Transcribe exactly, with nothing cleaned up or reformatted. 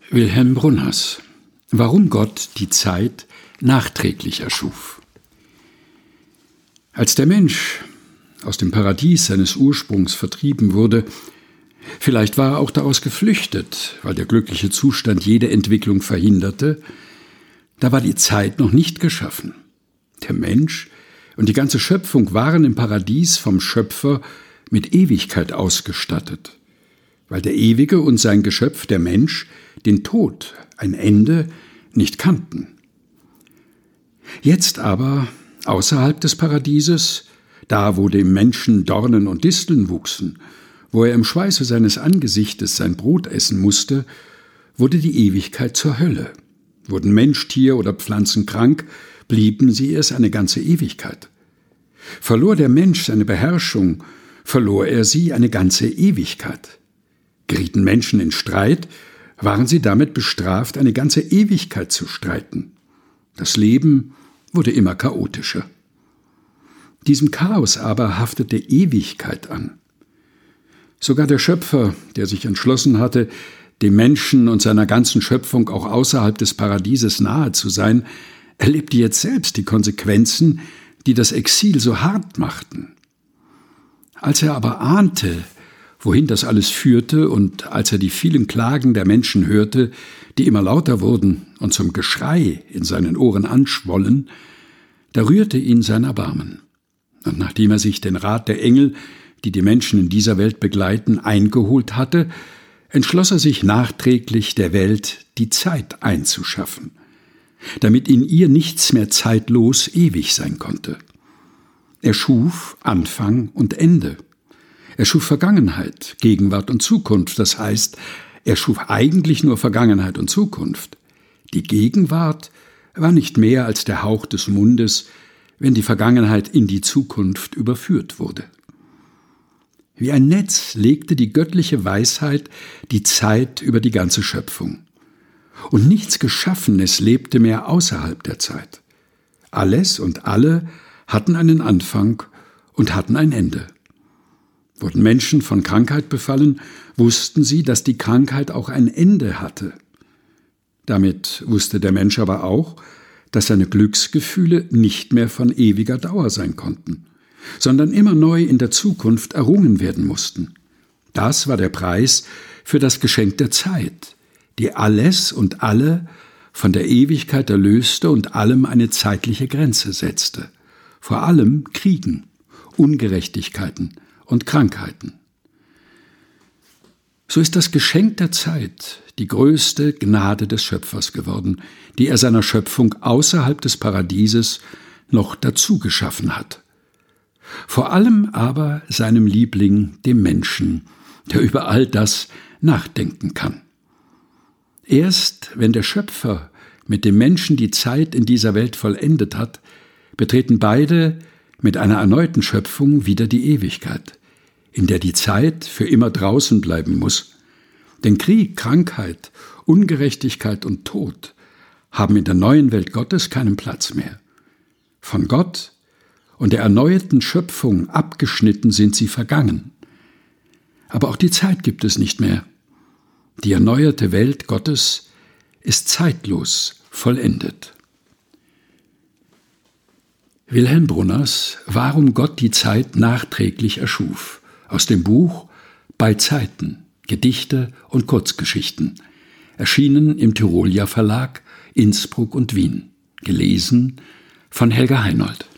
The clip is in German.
Wilhelm Brunners: Warum Gott die Zeit nachträglich erschuf. Als der Mensch aus dem Paradies seines Ursprungs vertrieben wurde, vielleicht war er auch daraus geflüchtet, weil der glückliche Zustand jede Entwicklung verhinderte, da war die Zeit noch nicht geschaffen. Der Mensch und die ganze Schöpfung waren im Paradies vom Schöpfer mit Ewigkeit ausgestattet, weil der Ewige und sein Geschöpf, der Mensch, den Tod, ein Ende, nicht kannten. Jetzt aber, außerhalb des Paradieses, da wo dem Menschen Dornen und Disteln wuchsen, wo er im Schweiße seines Angesichtes sein Brot essen musste, wurde die Ewigkeit zur Hölle. Wurden Mensch, Tier oder Pflanzen krank, blieben sie es eine ganze Ewigkeit. Verlor der Mensch seine Beherrschung, verlor er sie eine ganze Ewigkeit. Gerieten Menschen in Streit, waren sie damit bestraft, eine ganze Ewigkeit zu streiten. Das Leben wurde immer chaotischer. Diesem Chaos aber haftete Ewigkeit an. Sogar der Schöpfer, der sich entschlossen hatte, dem Menschen und seiner ganzen Schöpfung auch außerhalb des Paradieses nahe zu sein, erlebte jetzt selbst die Konsequenzen, die das Exil so hart machten. Als er aber ahnte, wohin das alles führte, und als er die vielen Klagen der Menschen hörte, die immer lauter wurden und zum Geschrei in seinen Ohren anschwollen, da rührte ihn sein Erbarmen. Und nachdem er sich den Rat der Engel, die die Menschen in dieser Welt begleiten, eingeholt hatte, entschloss er sich nachträglich der Welt die Zeit einzuschaffen, damit in ihr nichts mehr zeitlos ewig sein konnte. Er schuf Anfang und Ende. Er schuf Vergangenheit, Gegenwart und Zukunft. Das heißt, er schuf eigentlich nur Vergangenheit und Zukunft. Die Gegenwart war nicht mehr als der Hauch des Mundes, wenn die Vergangenheit in die Zukunft überführt wurde. Wie ein Netz legte die göttliche Weisheit die Zeit über die ganze Schöpfung. Und nichts Geschaffenes lebte mehr außerhalb der Zeit. Alles und alle hatten einen Anfang und hatten ein Ende. Wurden Menschen von Krankheit befallen, wussten sie, dass die Krankheit auch ein Ende hatte. Damit wusste der Mensch aber auch, dass seine Glücksgefühle nicht mehr von ewiger Dauer sein konnten, sondern immer neu in der Zukunft errungen werden mussten. Das war der Preis für das Geschenk der Zeit, die alles und alle von der Ewigkeit erlöste und allem eine zeitliche Grenze setzte. Vor allem Kriegen, Ungerechtigkeiten und Krankheiten. So ist das Geschenk der Zeit die größte Gnade des Schöpfers geworden, die er seiner Schöpfung außerhalb des Paradieses noch dazu geschaffen hat. Vor allem aber seinem Liebling, dem Menschen, der über all das nachdenken kann. Erst wenn der Schöpfer mit dem Menschen die Zeit in dieser Welt vollendet hat, betreten beide mit einer erneuten Schöpfung wieder die Ewigkeit, in der die Zeit für immer draußen bleiben muss. Denn Krieg, Krankheit, Ungerechtigkeit und Tod haben in der neuen Welt Gottes keinen Platz mehr. Von Gott und der erneuerten Schöpfung abgeschnitten sind sie vergangen. Aber auch die Zeit gibt es nicht mehr. Die erneuerte Welt Gottes ist zeitlos vollendet. Wilhelm Brunners: Warum Gott die Zeit nachträglich erschuf, aus dem Buch Bei Zeiten, Gedichte und Kurzgeschichten, erschienen im Tyrolia Verlag, Innsbruck und Wien, gelesen von Helga Heinold.